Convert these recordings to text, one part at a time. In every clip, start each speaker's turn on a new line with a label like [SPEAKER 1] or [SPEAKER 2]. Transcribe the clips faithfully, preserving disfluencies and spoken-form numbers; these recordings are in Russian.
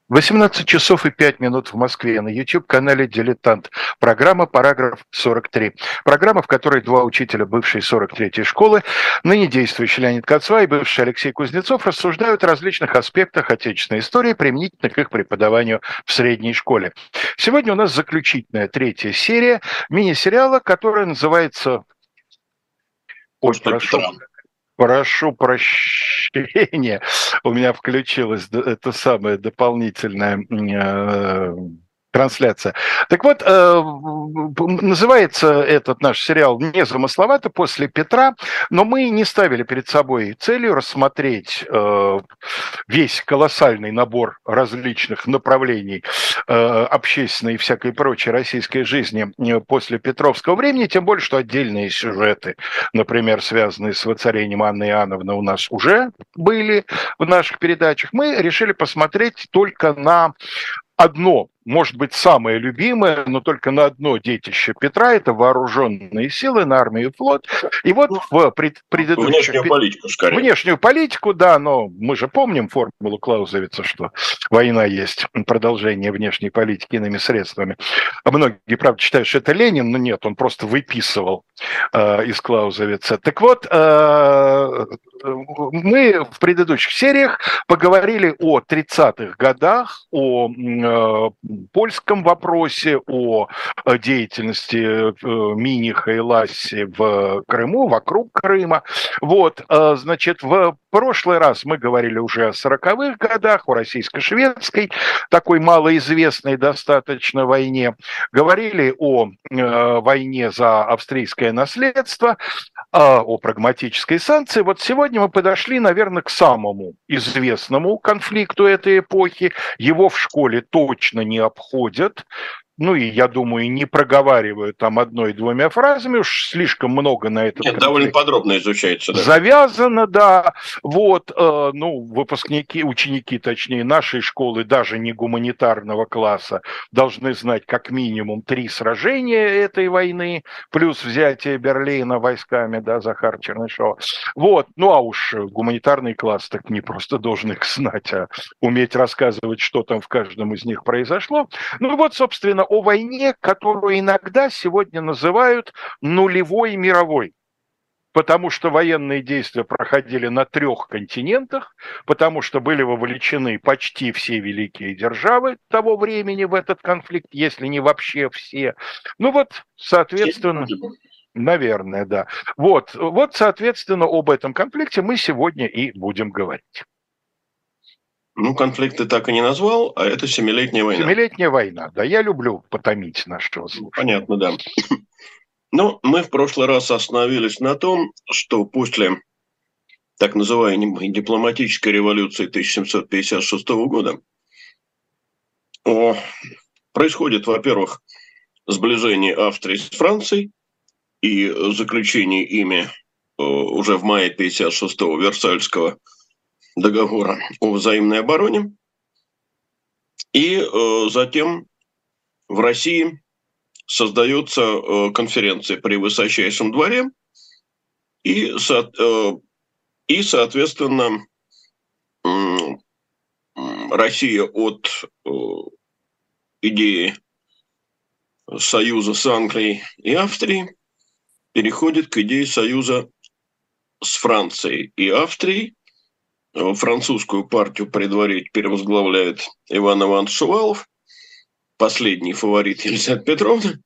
[SPEAKER 1] восемнадцать часов и пять минут в Москве на YouTube-канале «Дилетант». Программа «Параграф сорок три». Программа, в которой два учителя бывшей сорок третьей школы, ныне действующий Леонид Кацва и бывший Алексей Кузнецов, рассуждают о различных аспектах отечественной истории, применительно к их преподаванию в средней школе. Сегодня у нас заключительная третья серия мини-сериала, которая называется... Ой,
[SPEAKER 2] После
[SPEAKER 1] прошу...
[SPEAKER 2] Петра.
[SPEAKER 1] Прошу прощения, у меня включилась д- это самая дополнительная э, трансляция. Так вот, э, м, называется этот наш сериал незамысловато «После Петра», но мы не ставили перед собой целью рассмотреть э, весь колоссальный набор различных направлений э, общественной и всякой прочей российской жизни э, после Петровского времени, тем более, что отдельные сюжеты, например, связанные с воцарением Анны Иоанновны, у нас уже были в наших передачах. Мы решили посмотреть только на одно, может быть, самое любимое, но только на одно детище Петра – это вооруженные силы, на армию и флот. И вот
[SPEAKER 2] Ну,
[SPEAKER 1] в пред, предыдущих...
[SPEAKER 2] внешнюю политику, скорее.
[SPEAKER 1] Внешнюю политику, да, но мы же помним формулу Клаузевица, что война есть продолжение внешней политики иными средствами. А многие, правда, считают, что это Ленин, но нет, он просто выписывал э, из Клаузевица. Так вот, э, мы в предыдущих сериях поговорили о тридцатых годах, о э, польском вопросе, о деятельности э, Миниха и Ласси в Крыму, вокруг Крыма. Вот, э, значит, в прошлый раз мы говорили уже о сороковых годах, о российско-шведской, такой малоизвестной достаточно войне. Говорили о э, войне за австрийское наследство, о прагматической санкции. Вот сегодня мы подошли, наверное, к самому известному конфликту этой эпохи. Его в школе точно не обходят. Ну и, я думаю, не проговариваю там одной-двумя фразами, уж слишком много на этот
[SPEAKER 2] Нет,
[SPEAKER 1] конфликт
[SPEAKER 2] довольно подробно изучается даже.
[SPEAKER 1] завязано, да. Вот, э, ну, выпускники, ученики, точнее, нашей школы, даже не гуманитарного класса, должны знать как минимум три сражения этой войны, плюс взятие Берлина войсками, да, Захар Чернышова. Вот, ну, а уж гуманитарный класс так не просто должен их знать, а уметь рассказывать, что там в каждом из них произошло. Ну, вот, собственно, о войне, которую иногда сегодня называют нулевой мировой. Потому что военные действия проходили на трех континентах, потому что были вовлечены почти все великие державы того времени в этот конфликт, если не вообще все. Ну вот, соответственно, наверное, да. Вот, вот, соответственно, об этом конфликте мы сегодня и будем говорить.
[SPEAKER 2] Ну, конфликт ты так и не назвал, а это Семилетняя война.
[SPEAKER 1] Семилетняя война, да, я люблю потомить нашего слушателя.
[SPEAKER 2] Понятно, да. Но мы в прошлый раз остановились на том, что после так называемой дипломатической революции тысяча семьсот пятьдесят шестого года о, происходит, во-первых, сближение Австрии с Францией и заключение ими о, уже в мае пятьдесят шестого Версальского договора о взаимной обороне. И э, затем в России создается э, конференция при высочайшем дворе, и, со, э, и соответственно, э, Россия от э, идеи союза с Англией и Австрией переходит к идее союза с Францией и Австрией. Французскую партию при дворе теперь возглавляет Иван Иванович Шувалов, последний фаворит Елизаветы Петровны.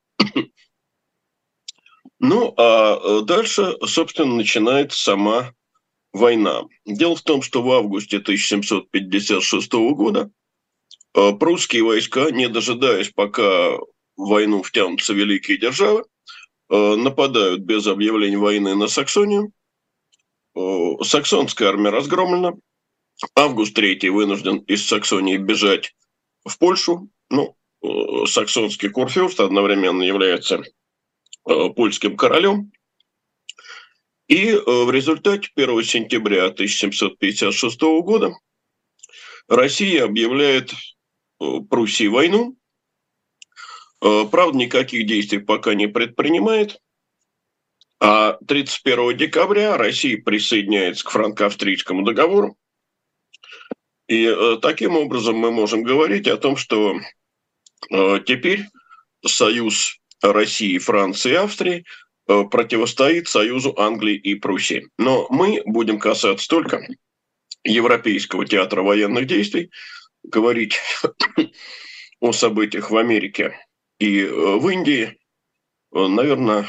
[SPEAKER 2] Ну, а дальше, собственно, начинается сама война. Дело в том, что в августе тысяча семьсот пятьдесят шестого года прусские войска, не дожидаясь, пока в войну втянутся великие державы, нападают без объявления войны на Саксонию. Саксонская армия разгромлена. Август третий вынужден из Саксонии бежать в Польшу. Ну, саксонский курфюрст одновременно является польским королем. И в результате первого сентября тысяча семьсот пятьдесят шестого года Россия объявляет Пруссии войну. Правда, никаких действий пока не предпринимает. А тридцать первого декабря Россия присоединяется к франко-австрийскому договору. И э, таким образом мы можем говорить о том, что э, теперь союз России, Франции и Австрии э, противостоит союзу Англии и Пруссии. Но мы будем касаться только Европейского театра военных действий, говорить о событиях в Америке и э, в Индии, э, наверное,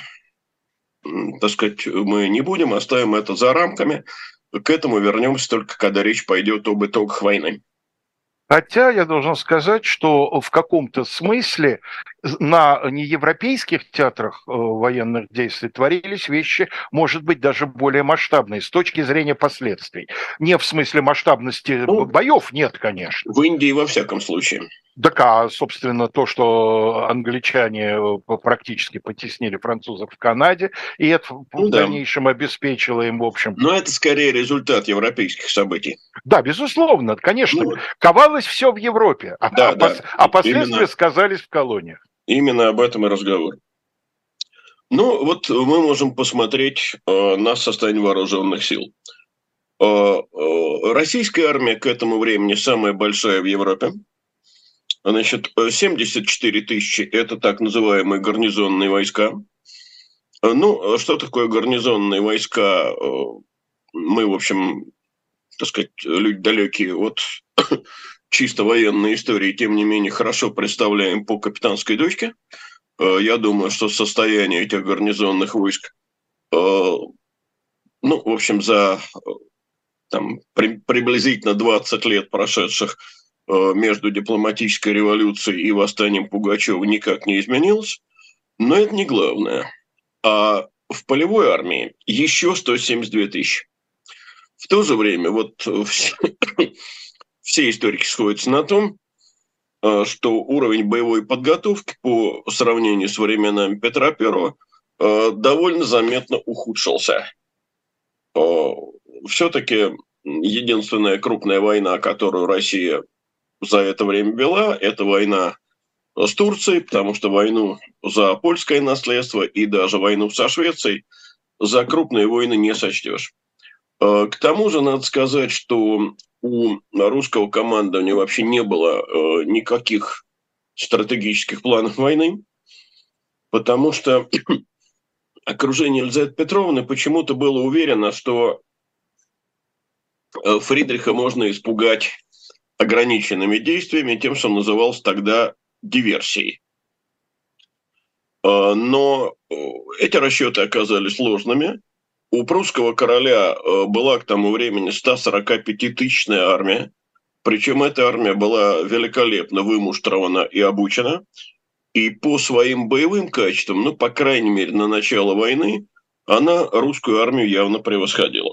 [SPEAKER 2] м, так сказать, мы не будем, оставим это за рамками. К этому вернемся только когда речь пойдет об итогах войны.
[SPEAKER 1] Хотя я должен сказать, что в каком-то смысле на неевропейских театрах э, военных действий творились вещи, может быть, даже более масштабные с точки зрения последствий. Не в смысле масштабности
[SPEAKER 2] Ну,
[SPEAKER 1] боев, нет, конечно.
[SPEAKER 2] в Индии во всяком случае.
[SPEAKER 1] Так, а, собственно, то, что англичане э, практически потеснили французов в Канаде, и это
[SPEAKER 2] Ну
[SPEAKER 1] в
[SPEAKER 2] да.
[SPEAKER 1] дальнейшем обеспечило им, в общем,
[SPEAKER 2] Но это скорее результат европейских событий.
[SPEAKER 1] да, безусловно, конечно,
[SPEAKER 2] Ну,
[SPEAKER 1] ковалось все в Европе, а, а
[SPEAKER 2] да, да.
[SPEAKER 1] пос- а последствия
[SPEAKER 2] Именно,
[SPEAKER 1] сказались в колониях.
[SPEAKER 2] именно об этом и разговор. Ну, вот мы можем посмотреть э, на состояние вооруженных сил. Э, э, российская армия к этому времени самая большая в Европе. Значит, э, семьдесят четыре тысячи – это так называемые гарнизонные войска. Э, Ну, что такое гарнизонные войска? Э, Мы, в общем, так сказать, люди далекие от чисто военной истории, тем не менее, хорошо представляем по капитанской дочке. Э, Я думаю, что состояние этих гарнизонных войск, э, ну, в общем, за там, при, приблизительно двадцать лет, прошедших э, между дипломатической революцией и восстанием Пугачева, никак не изменилось. Но это не главное. А в полевой армии еще сто семьдесят две тысячи. В то же время вот все, все историки сходятся на том, э, что уровень боевой подготовки по сравнению с временами Петра Первого э, довольно заметно ухудшился. Э, Все-таки единственная крупная война, которую Россия за это время вела, это война с Турцией, потому что войну за польское наследство и даже войну со Швецией за крупные войны не сочтешь. Э, К тому же надо сказать, что у русского командования вообще не было э, никаких стратегических планов войны, потому что окружение Елизаветы Петровны почему-то было уверено, что э, Фридриха можно испугать ограниченными действиями, тем, что называлось тогда диверсией. Э, Но э, эти расчеты оказались ложными. У прусского короля э, была к тому времени сто сорок пять-тысячная армия, причем эта армия была великолепно вымуштрована и обучена, и по своим боевым качествам, ну, по крайней мере, на начало войны, она русскую армию явно превосходила.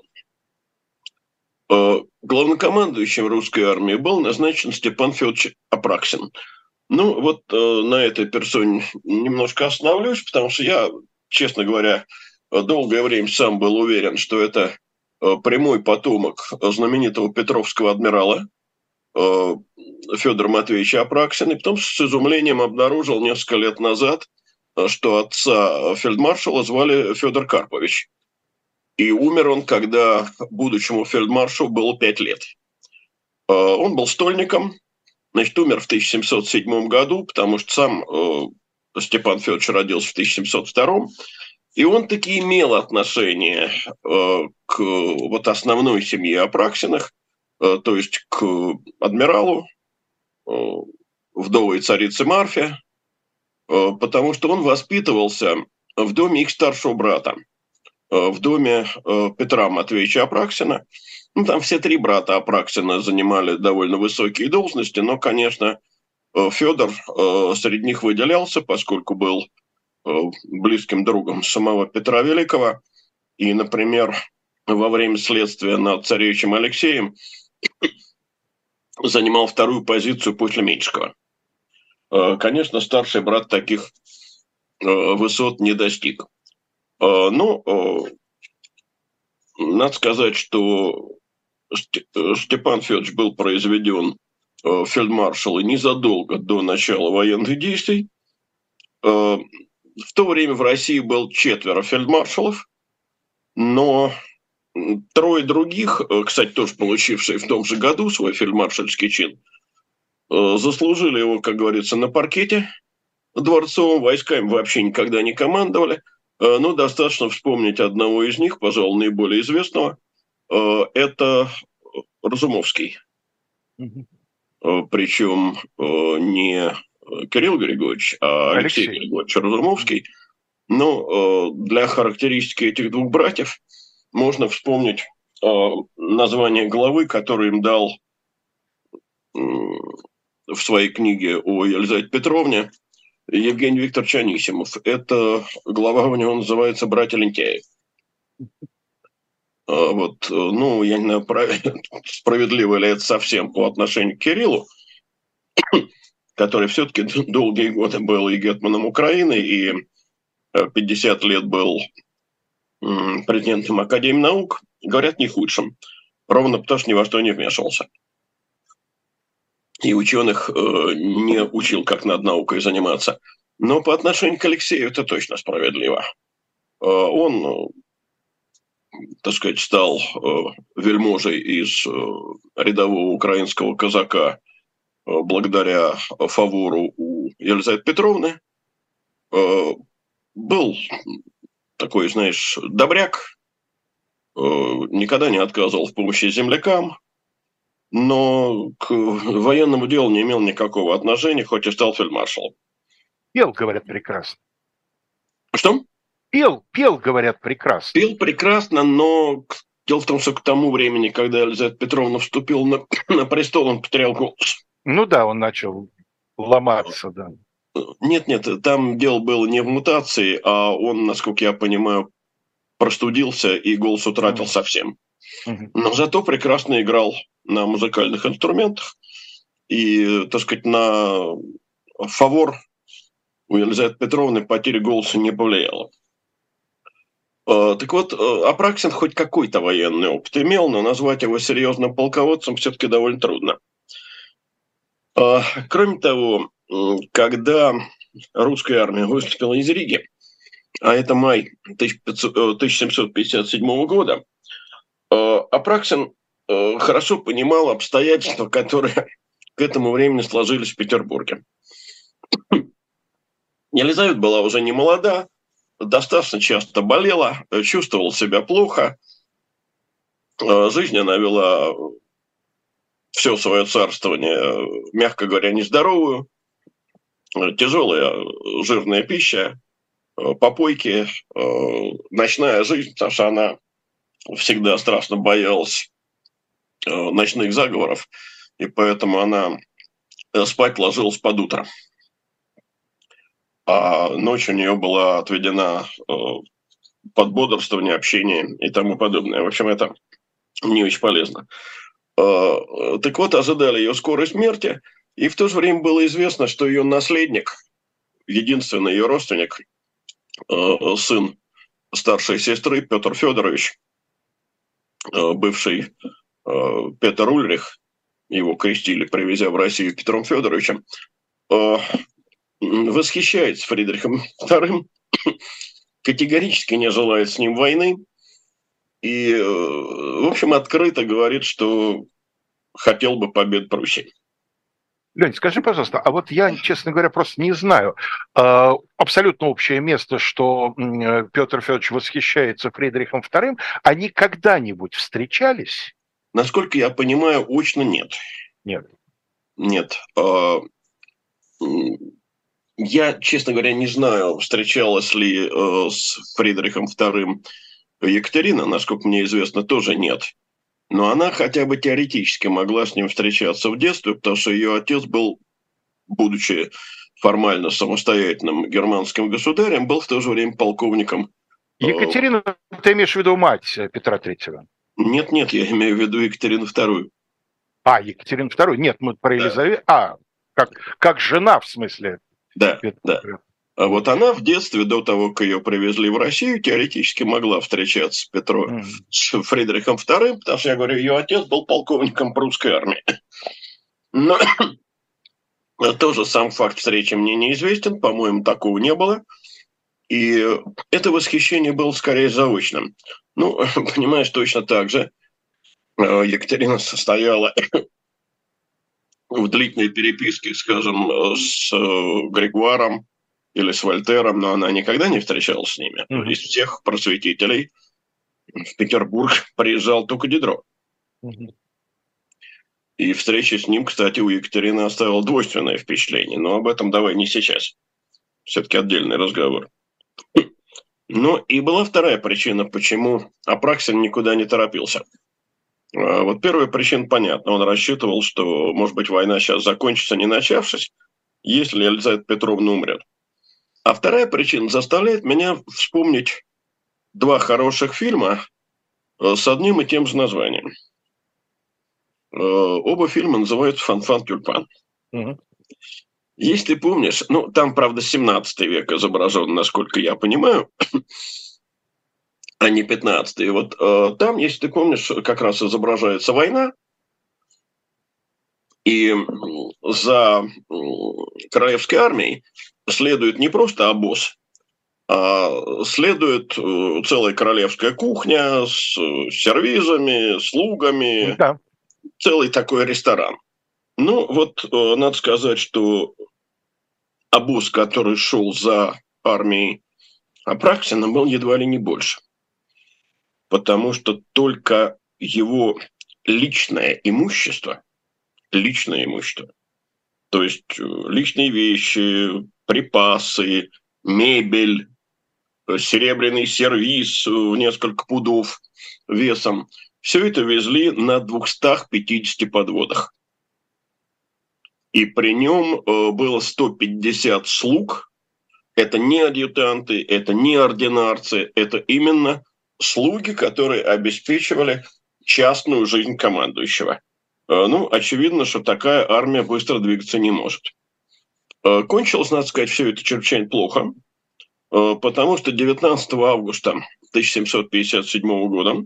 [SPEAKER 2] Э, Главнокомандующим русской армии был назначен Степан Федорович Апраксин. Ну, вот э, на этой персоне немножко остановлюсь, потому что я, честно говоря, долгое время сам был уверен, что это э, прямой потомок знаменитого петровского адмирала э, Федора Матвеевича Апраксина, и потом с изумлением обнаружил несколько лет назад, э, что отца фельдмаршала звали Федор Карпович. И умер он, когда будущему фельдмаршалу было пять лет. Э, Он был стольником, значит, умер в тысяча семьсот седьмом году, потому что сам э, Степан Федорович родился в тысяча семьсот втором, и он таки имел отношение э, к вот основной семье Апраксиных, э, то есть к адмиралу, э, вдовой царицы Марфе, э, потому что он воспитывался в доме их старшего брата, э, в доме э, Петра Матвеевича Апраксина. Ну, там все три брата Апраксина занимали довольно высокие должности, но, конечно, э, Федор э, среди них выделялся, поскольку был э, близким другом самого Петра Великого. И, например, во время следствия над царевичем Алексеем занимал вторую позицию после Меньшикова. Э, Конечно, старший брат таких э, высот не достиг. Э, Но э, надо сказать, что Степан Федорович был произведен э, фельдмаршалом незадолго до начала военных действий. Э, В то время в России было четверо фельдмаршалов, но трое других, кстати, тоже получившие в том же году свой фельдмаршальский чин, заслужили его, как говорится, на паркете дворцовым, войсками вообще никогда не командовали. Но достаточно вспомнить одного из них, пожалуй, наиболее известного. Это Разумовский. Mm-hmm. Причем не Кирилл Григорьевич, а Алексей, Алексей Григорьевич Разумовский. Но для характеристики этих двух братьев можно вспомнить название главы, которое им дал в своей книге о Елизавете Петровне Евгений Викторович Анисимов. Это глава у него называется «Братья Лентяи». Вот, ну, я не знаю, правильно, справедливо ли это совсем по отношению к Кириллу, который все-таки долгие годы был и гетманом Украины, и пятьдесят лет был президентом Академии наук, говорят, не худшим. Ровно потому, что ни во что не вмешивался. И ученых э, не учил, как над наукой заниматься. Но по отношению к Алексею это точно справедливо. Э, он, э, так сказать, стал э, вельможей из э, рядового украинского казака э, благодаря фавору у Елизаветы Петровны. Э, был такой, знаешь, добряк, э, никогда не отказывал в помощи землякам, но к военному делу не имел никакого отношения, хоть и стал фельдмаршалом.
[SPEAKER 1] Пел, говорят, прекрасно.
[SPEAKER 2] Что?
[SPEAKER 1] Пел, пел, говорят, прекрасно.
[SPEAKER 2] Пел прекрасно, но дело в том, что к тому времени, когда Елизавета Петровна вступила на, на престол, он потерял голос.
[SPEAKER 1] Ну да, он начал ломаться, да.
[SPEAKER 2] Нет-нет, там дело было не в мутации, а он, насколько я понимаю, простудился и голос утратил mm-hmm. совсем. Mm-hmm. Но зато прекрасно играл на музыкальных инструментах. И, так сказать, на фавор у Елизаветы Петровны потеря голоса не повлияла. Так вот, Апраксин хоть какой-то военный опыт имел, но назвать его серьезным полководцем все-таки довольно трудно. Кроме того, когда русская армия выступила из Риги, а это май тысяча семьсот пятьдесят седьмого года, Апраксин хорошо понимал обстоятельства, которые к этому времени сложились в Петербурге. Елизавета была уже не молода, достаточно часто болела, чувствовала себя плохо. Жизнь она вела все свое царствование, мягко говоря, нездоровую. Тяжелая жирная пища, попойки, ночная жизнь, потому что она всегда страшно боялась ночных заговоров, и поэтому она спать ложилась под утро. А ночь у нее была отведена под бодрствование, общение и тому подобное. В общем, это не очень полезно. Так вот, ожидали ее скорой смерти, и в то же время было известно, что ее наследник, единственный ее родственник, сын старшей сестры Петр Федорович, бывший Петр Ульрих, его крестили, привезя в Россию Петром Федоровичем, восхищается Фридрихом вторым, категорически не желает с ним войны и, в общем, открыто говорит, что хотел бы побед Пруссии.
[SPEAKER 1] Лень, скажи, пожалуйста, а вот я, честно говоря, просто не знаю. Абсолютно общее место, что Петр Федорович восхищается Фридрихом вторым, они когда-нибудь встречались?
[SPEAKER 2] Насколько я понимаю, очно нет.
[SPEAKER 1] Нет.
[SPEAKER 2] Нет. Я, честно говоря, не знаю, встречалась ли с Фридрихом вторым Екатерина, насколько мне известно, тоже нет. Но она хотя бы теоретически могла с ним встречаться в детстве, потому что ее отец был, будучи формально самостоятельным германским государем, был в то же время полковником.
[SPEAKER 1] Екатерина, ты имеешь в виду мать Петра Третьего?
[SPEAKER 2] Нет-нет, я имею в виду Екатерину вторую.
[SPEAKER 1] А, Екатерину вторую? Нет, мы про Елизавету. Да. А, как, как жена, в смысле?
[SPEAKER 2] Да, Петр... да. А вот она в детстве, до того, как ее привезли в Россию, теоретически могла встречаться с Петром, mm. с Фридрихом вторым, потому что, я говорю, ее отец был полковником прусской армии. Но тоже сам факт встречи мне неизвестен, по-моему, такого не было. И это восхищение было скорее заочным. Ну, понимаешь, точно так же Екатерина состояла в длительной переписке, скажем, с Григуаром или с Вольтером, но она никогда не встречалась с ними.
[SPEAKER 1] Мгм.
[SPEAKER 2] Из всех просветителей в Петербург приезжал только Дидро.
[SPEAKER 1] Мгм.
[SPEAKER 2] И встреча с ним, кстати, у Екатерины оставила двойственное впечатление. Но об этом давай не сейчас. Все-таки отдельный разговор. Ну и была вторая причина, почему Апраксин никуда не торопился. Вот первая причина понятна. Он рассчитывал, что, может быть, война сейчас закончится, не начавшись, если Елизавета Петровна умрет. А вторая причина заставляет меня вспомнить два хороших фильма с одним и тем же названием. Оба фильма называются «Фан-фан тюльпан».
[SPEAKER 1] Мгм.
[SPEAKER 2] Если ты помнишь, ну, там, правда, семнадцатый век изображен, насколько я понимаю, а не пятнадцатый. Вот э, там, если ты помнишь, как раз изображается война, и за королевской армией следует не просто обоз, а следует целая королевская кухня с сервизами, слугами,
[SPEAKER 1] Да.
[SPEAKER 2] целый такой ресторан. Ну, вот надо сказать, что обоз, который шел за армией Апраксина, был едва ли не больше. Потому что только его личное имущество, личное имущество, то есть личные вещи, припасы, мебель, серебряный сервиз в несколько пудов весом, все это везли на двухстах пятидесяти подводах. И при нем было сто пятьдесят слуг. Это не адъютанты, это не ординарцы, это именно слуги, которые обеспечивали частную жизнь командующего. Ну, очевидно, что такая армия быстро двигаться не может. Кончилось, надо сказать, все это чрезвычайно плохо, потому что девятнадцатого августа тысяча семьсот пятьдесят седьмого года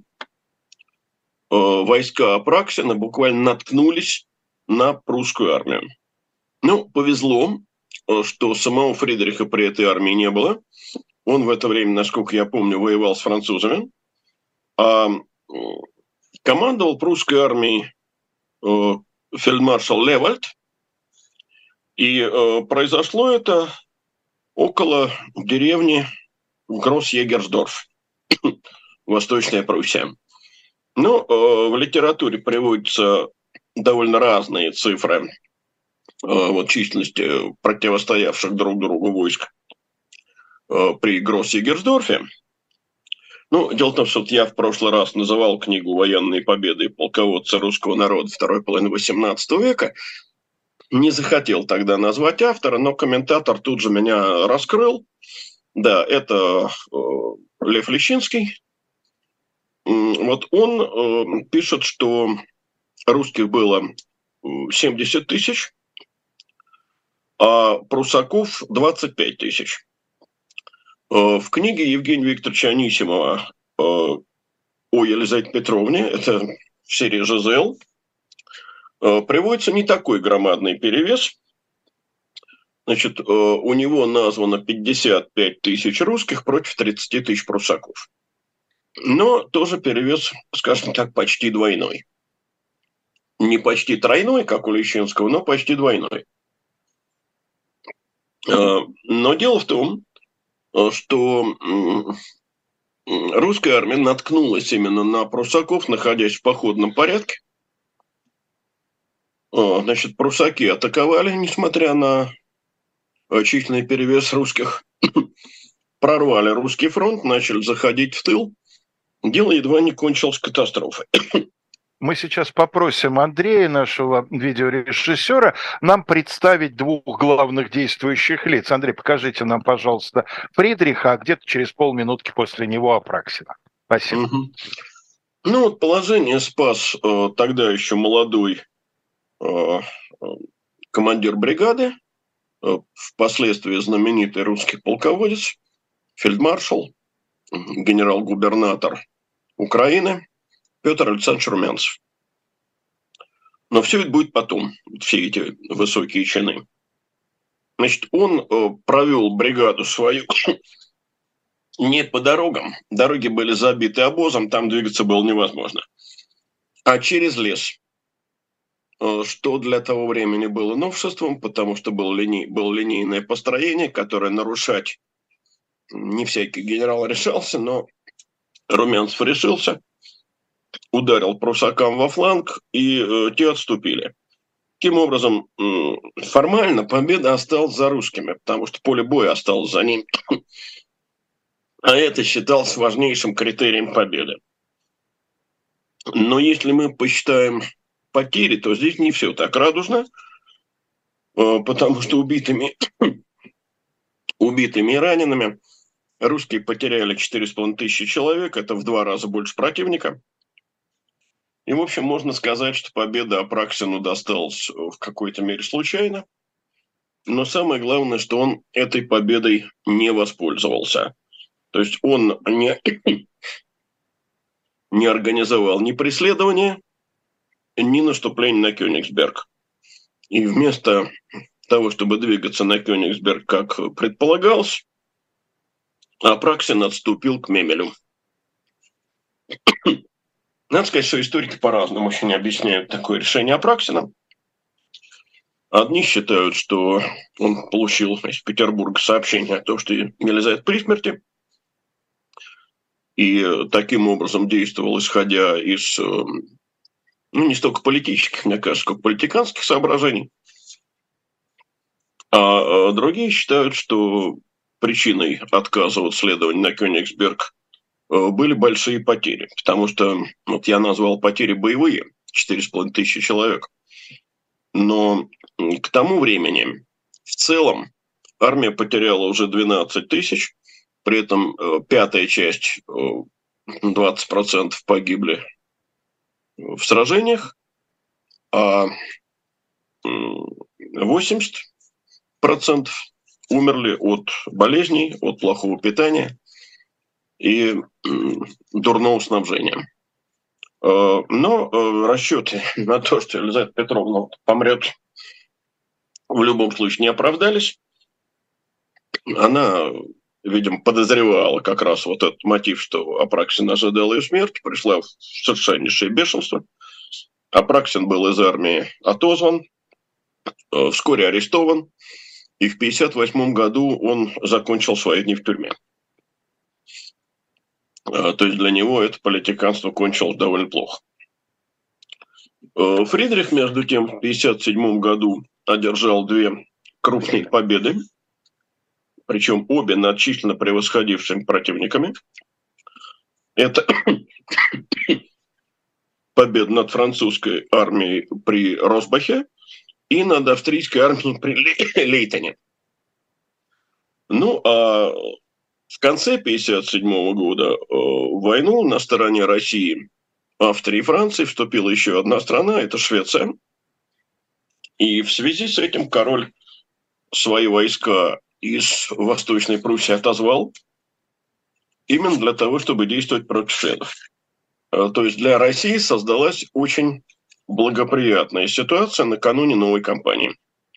[SPEAKER 2] войска Апраксина буквально наткнулись на прусскую армию. Ну, повезло, что самого Фридриха при этой армии не было. Он в это время, насколько я помню, воевал с французами. А командовал прусской армией фельдмаршал Левальд. И произошло это около деревни Гросс-Егерсдорф, Восточная Пруссия. Ну, в литературе приводятся довольно разные цифры вот, численности противостоявших друг другу войск при Гросс-Егерсдорфе. Ну, дело в том, что я в прошлый раз называл книгу «Военные победы и полководцы русского народа второй половины восемнадцатого века». Не захотел тогда назвать автора, но комментатор тут же меня раскрыл. Да, это Лев Лещинский. Вот он пишет, что русских было семьдесят тысяч, а прусаков двадцать пять тысяч. В книге Евгения Викторовича Анисимова о Елизавете Петровне, это в серии «ЖЗЛ», приводится не такой громадный перевес. Значит, у него названо пятьдесят пять тысяч русских против тридцать тысяч прусаков. Но тоже перевес, скажем так, почти двойной. Не почти тройной, как у Лещинского, но почти двойной. Но дело в том, что русская армия наткнулась именно на прусаков, находясь в походном порядке. Значит, прусаки атаковали, несмотря на численный перевес русских, прорвали русский фронт, начали заходить в тыл. Дело едва не кончилось катастрофой.
[SPEAKER 1] Мы сейчас попросим Андрея, нашего видеорежиссера, нам представить двух главных действующих лиц. Андрей, покажите нам, пожалуйста, Фридриха, а где-то через полминутки после него Апраксина. Спасибо.
[SPEAKER 2] Угу. Ну вот положение спас э, тогда еще молодой э, командир бригады, э, впоследствии знаменитый русский полководец, фельдмаршал, генерал-губернатор Украины Петр Александрович Румянцев. Но все это будет потом, все эти высокие чины. Значит, он э, провел бригаду свою не по дорогам, дороги были забиты обозом, там двигаться было невозможно, а через лес, что для того времени было новшеством, потому что было, линей, было линейное построение, которое нарушать не всякий генерал решался, но Румянцев решился, ударил прусакам во фланг, и э, те отступили. Таким образом, э, формально победа осталась за русскими, потому что поле боя осталось за ними. А это считалось важнейшим критерием победы. Но если мы посчитаем потери, то здесь не все так радужно, потому что убитыми, убитыми и ранеными русские потеряли четыре с половиной тысячи человек, это в два раза больше противника. И, в общем, можно сказать, что победа Апраксину досталась в какой-то мере случайно. Но самое главное, что он этой победой не воспользовался. То есть он не, не организовал ни преследования, ни наступления на Кёнигсберг. И вместо того, чтобы двигаться на Кёнигсберг, как предполагалось, Апраксин отступил к Мемелю. Надо сказать, что историки по-разному очень объясняют такое решение Апраксина. Одни считают, что он получил из Петербурга сообщение о том, что Елизавета при смерти, и таким образом действовал, исходя из, ну, не столько политических, мне кажется, сколько политиканских соображений. А другие считают, что причиной отказа от следования на Кёнигсберг были большие потери, потому что вот я назвал потери боевые, четыре с половиной тысячи человек, но к тому времени в целом армия потеряла уже двенадцать тысяч, при этом пятая часть, двадцать процентов погибли в сражениях, а восемьдесят процентов умерли от болезней, от плохого питания и дурного снабжения. Но расчеты на то, что Елизавета Петровна помрет, в любом случае не оправдались. Она, видимо, подозревала как раз вот этот мотив, что Апраксин ожидал ее смерти, пришла в совершеннейшее бешенство. Апраксин был из армии отозван, вскоре арестован, и в пятьдесят восьмом году он закончил свои дни в тюрьме. То есть для него это политиканство кончилось довольно плохо. Фридрих, между тем, в пятьдесят седьмом году одержал две крупные победы, причем обе над численно превосходившими противниками. Это победа над французской армией при Росбахе и над австрийской армией при Лейтене. Ну, а в конце пятьдесят седьмого года в войну на стороне России, Австрии и Франции вступила еще одна страна, это Швеция. И в связи с этим король свои войска из Восточной Пруссии отозвал именно для того, чтобы действовать против шведов. То есть для России создалась очень благоприятная ситуация накануне новой кампании.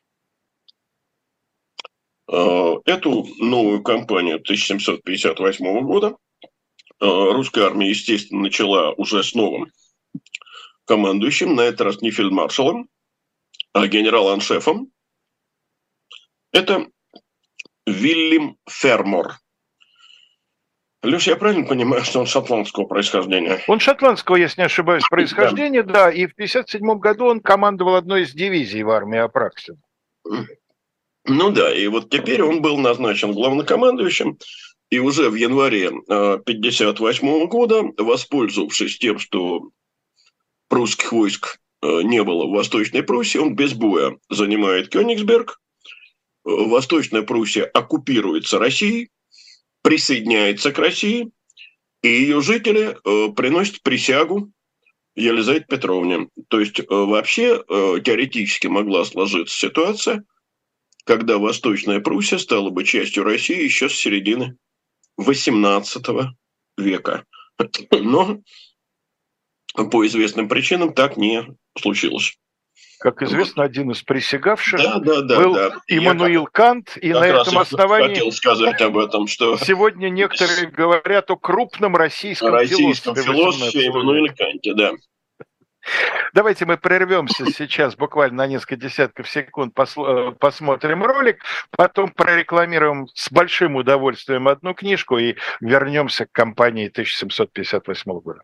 [SPEAKER 2] Эту новую кампанию тысяча семьсот пятьдесят восьмого года русская армия, естественно, начала уже с новым командующим, на этот раз не фельдмаршалом, а генерал-аншефом. Это Вильям Фермор. Леш, я правильно понимаю, что он шотландского происхождения?
[SPEAKER 1] Он шотландского, если не ошибаюсь, происхождения, да. да, и в пятьдесят седьмом году он командовал одной из дивизий в армии Апраксина.
[SPEAKER 2] Ну да, и вот теперь он был назначен главнокомандующим, и уже в январе пятьдесят восьмого года, воспользовавшись тем, что прусских войск не было в Восточной Пруссии, он без боя занимает Кёнигсберг, Восточная Пруссия оккупируется Россией, присоединяется к России, и ее жители приносят присягу Елизавете Петровне. То есть вообще теоретически могла сложиться ситуация, когда Восточная Пруссия стала бы частью России еще с середины восемнадцатого века. Но по известным причинам так не случилось.
[SPEAKER 1] Как известно, один из присягавших
[SPEAKER 2] да, да, да,
[SPEAKER 1] был
[SPEAKER 2] да.
[SPEAKER 1] Иммануил Кант, и
[SPEAKER 2] как
[SPEAKER 1] на
[SPEAKER 2] раз
[SPEAKER 1] этом основании
[SPEAKER 2] хотел сказать об этом, что
[SPEAKER 1] сегодня некоторые говорят о крупном
[SPEAKER 2] о
[SPEAKER 1] российском
[SPEAKER 2] российском
[SPEAKER 1] философе
[SPEAKER 2] философе
[SPEAKER 1] восемнадцатого
[SPEAKER 2] Иммануиле
[SPEAKER 1] века.
[SPEAKER 2] Канте, да.
[SPEAKER 1] Давайте мы прервемся сейчас буквально на несколько десятков секунд, посмотрим ролик, потом прорекламируем с большим удовольствием одну книжку и вернемся к кампании тысяча семьсот пятьдесят восьмого года.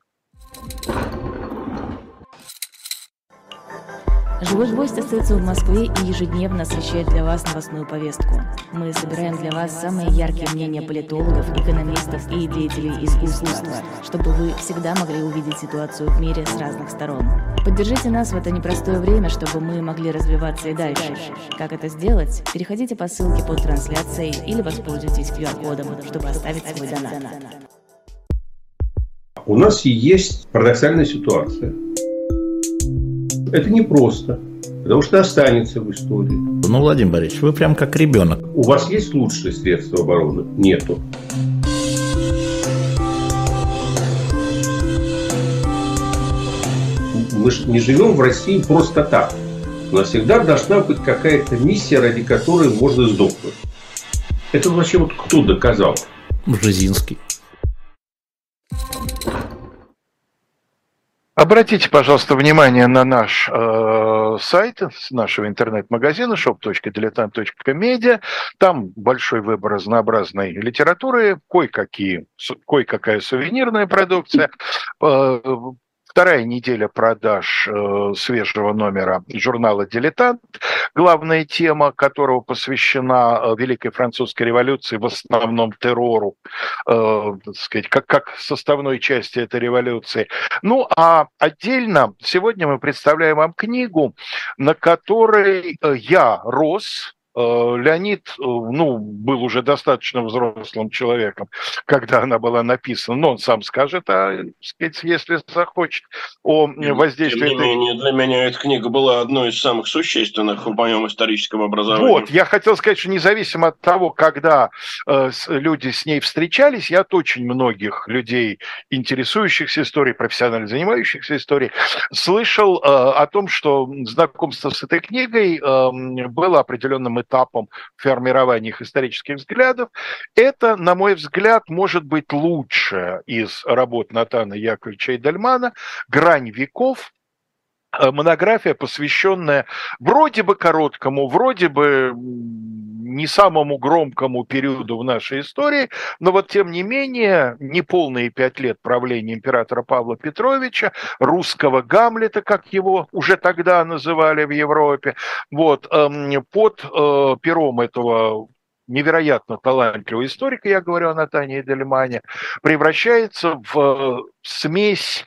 [SPEAKER 3] «Живой гвоздь» остается в Москве и ежедневно освещает для вас новостную повестку. Мы собираем для вас самые яркие мнения политологов, экономистов и деятелей искусства, чтобы вы всегда могли увидеть ситуацию в мире с разных сторон. Поддержите нас в это непростое время, чтобы мы могли развиваться и дальше. Как это сделать? Переходите по ссылке под трансляцией или воспользуйтесь ку ар-кодом, чтобы оставить свой донат.
[SPEAKER 4] У нас есть парадоксальная ситуация. Это непросто, потому что останется в истории.
[SPEAKER 5] Ну, Владимир Борисович, вы прям как ребенок.
[SPEAKER 4] У вас есть лучшие средства обороны? Нету. Мы же не живем в России просто так. У нас всегда должна быть какая-то миссия, ради которой можно сдохнуть. Это вообще вот кто доказал?
[SPEAKER 5] Бжезинский.
[SPEAKER 1] Обратите, пожалуйста, внимание на наш э, сайт, с нашего интернет-магазина шоп точка дилетант точка медиа. Там большой выбор разнообразной литературы, кое-какие, кое-какая сувенирная продукция. Э, Вторая неделя продаж э, свежего номера журнала «Дилетант», главная тема которого посвящена э, Великой Французской революции, в основном террору, э, так сказать, как, как составной части этой революции. Ну, а отдельно сегодня мы представляем вам книгу, на которой э, я рос. Леонид, ну, был уже достаточно взрослым человеком, когда она была написана, но он сам скажет, а, сказать, если захочет, о воздействии.
[SPEAKER 2] Тем не менее, для меня эта книга была одной из самых существенных в моем историческом образовании.
[SPEAKER 1] Вот, я хотел сказать, что независимо от того, когда э, люди с ней встречались, я от очень многих людей, интересующихся историей, профессионально занимающихся историей, слышал э, о том, что знакомство с этой книгой э, было определенным этапом формирования их исторических взглядов. Это, на мой взгляд, может быть лучшее из работ Натана Яковлевича Эйдельмана «Грань веков». Монография, посвященная вроде бы короткому, вроде бы не самому громкому периоду в нашей истории, но вот тем не менее неполные пять лет правления императора Павла Петровича, русского Гамлета, как его уже тогда называли в Европе, вот, под пером этого невероятно талантливого историка, я говорю о Натане Эйдельмане, превращается в смесь.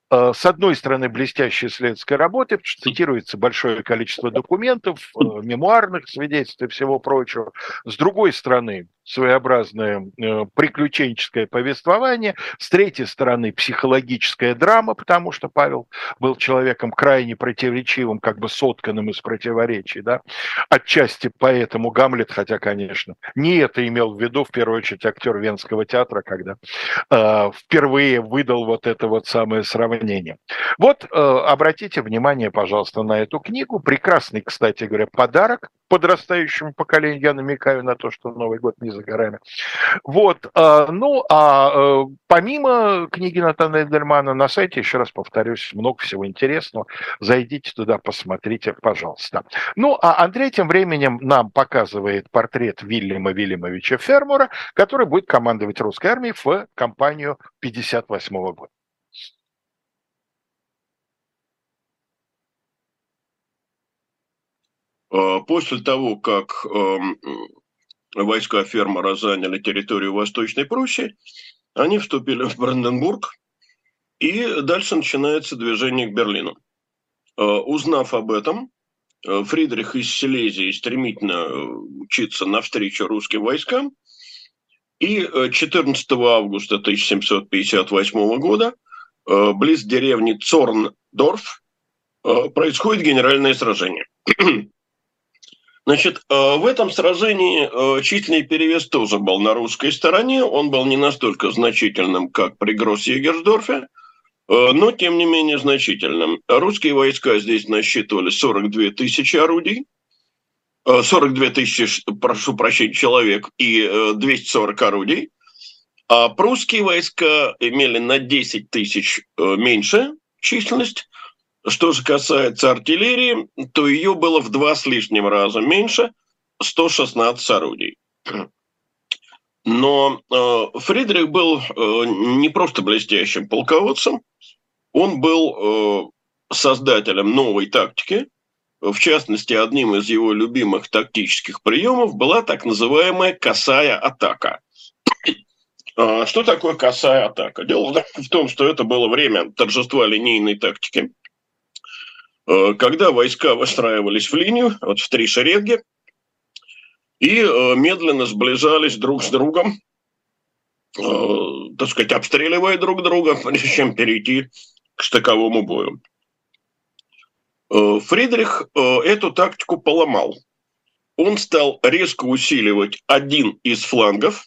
[SPEAKER 1] С одной стороны, блестящая исследовательская работа, цитируется большое количество документов, мемуарных свидетельств и всего прочего. С другой стороны, своеобразное приключенческое повествование. С третьей стороны, психологическая драма, потому что Павел был человеком крайне противоречивым, как бы сотканным из противоречий. Да? Отчасти поэтому Гамлет, хотя, конечно, не это имел в виду, в первую очередь, актер Венского театра, когда э, впервые выдал вот это вот самое сравнение. Вот, э, обратите внимание, пожалуйста, на эту книгу. Прекрасный, кстати говоря, подарок подрастающему поколению. Я намекаю на то, что Новый год не за горами. Вот. Ну, а помимо книги Натана Эйдельмана на сайте, еще раз повторюсь, много всего интересного. Зайдите туда, посмотрите, пожалуйста. Ну, а Андрей тем временем нам показывает портрет Вильяма Вильямовича Фермора, который будет командовать русской армией в кампанию пятьдесят восьмого года.
[SPEAKER 2] После того, как э, войска Фермора заняли территорию Восточной Пруссии, они вступили в Бранденбург, и дальше начинается движение к Берлину. Э, узнав об этом, э, Фридрих из Силезии стремительно мчится навстречу русским войскам, и четырнадцатого августа тысяча семьсот пятьдесят восьмого года э, близ деревни Цорндорф э, происходит генеральное сражение. Значит, в этом сражении численный перевес тоже был на русской стороне. Он был не настолько значительным, как при Гросс-Егерсдорфе, но тем не менее значительным. Русские войска здесь насчитывали сорок две тысячи орудий, сорок две тысячи, прошу прощения, человек и двести сорок орудий, а прусские войска имели на десять тысяч меньше численность. Что же касается артиллерии, то ее было в два с лишним раза меньше, сто шестнадцать орудий. Но э, Фридрих был э, не просто блестящим полководцем, он был э, создателем новой тактики. В частности, одним из его любимых тактических приемов была так называемая косая атака. Что такое косая атака? Дело в том, что это было время торжества линейной тактики, когда войска выстраивались в линию, вот в три шеренги, и медленно сближались друг с другом, так сказать, обстреливая друг друга, прежде чем перейти к штыковому бою. Фридрих эту тактику поломал. Он стал резко усиливать один из флангов.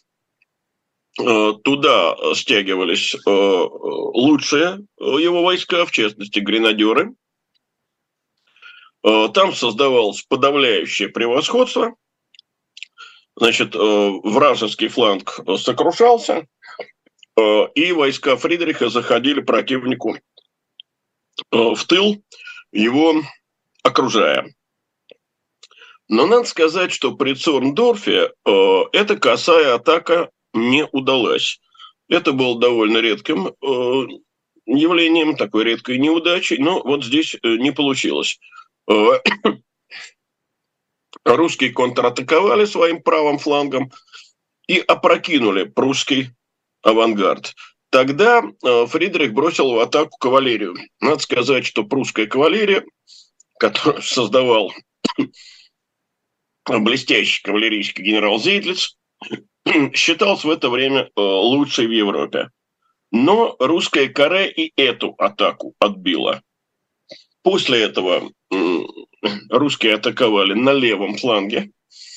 [SPEAKER 2] Туда стягивались лучшие его войска, в частности, гренадеры. Там создавалось подавляющее превосходство. Значит, вражеский фланг сокрушался, и войска Фридриха заходили противнику в тыл, его окружая. Но надо сказать, что при Цорндорфе эта косая атака не удалась. Это было довольно редким явлением, такой редкой неудачей, но вот здесь не получилось. Русские контратаковали своим правым флангом и опрокинули прусский авангард. Тогда Фридрих бросил в атаку кавалерию. Надо сказать, что прусская кавалерия, которую создавал блестящий кавалерийский генерал Зейдлиц, считался в это время лучшей в Европе. Но русская каре и эту атаку отбила. После этого русские атаковали на левом фланге.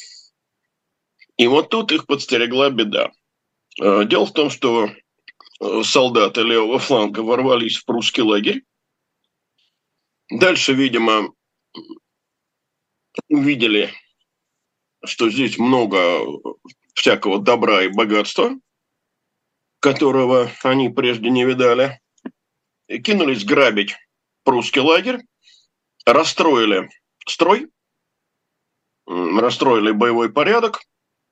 [SPEAKER 2] И вот тут их подстерегла беда. Дело в том, что солдаты левого фланга ворвались в прусский лагерь. Дальше, видимо, увидели, что здесь много всякого добра и богатства, которого они прежде не видали. И кинулись грабить прусский лагерь, расстроили строй, расстроили боевой порядок,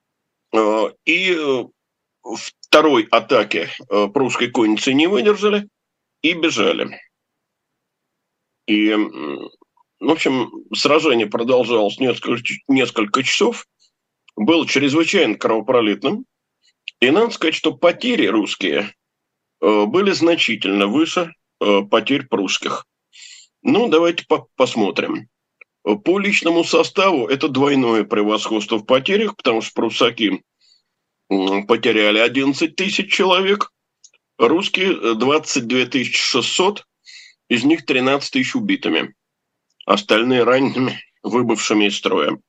[SPEAKER 2] и второй атаки прусской конницы не выдержали и бежали. И, в общем, сражение продолжалось несколько, несколько часов, было чрезвычайно кровопролитным, и надо сказать, что потери русские были значительно выше потерь прусских. Ну, давайте по- посмотрим. По личному составу это двойное превосходство в потерях, потому что прусаки потеряли одиннадцать тысяч человек, русские двадцать две тысячи шестьсот, из них тринадцать тысяч убитыми, остальные ранеными, выбывшими из строя.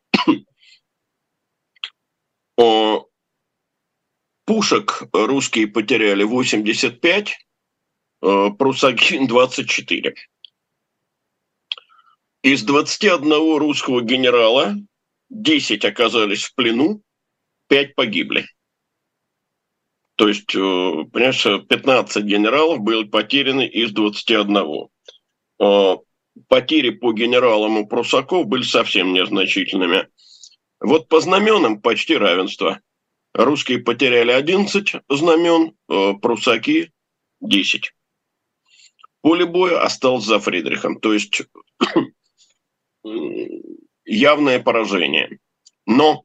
[SPEAKER 2] Пушек русские потеряли восемьдесят пять, прусаки двадцать четыре. Из двадцати одного русского генерала десять оказались в плену, пять погибли. То есть, понимаешь, пятнадцать генералов были потеряны из двадцати одного. Потери по генералам у прусаков были совсем незначительными. Вот по знаменам почти равенство. Русские потеряли одиннадцать знамен, прусаки десять. Поле боя осталось за Фридрихом. То есть явное поражение. Но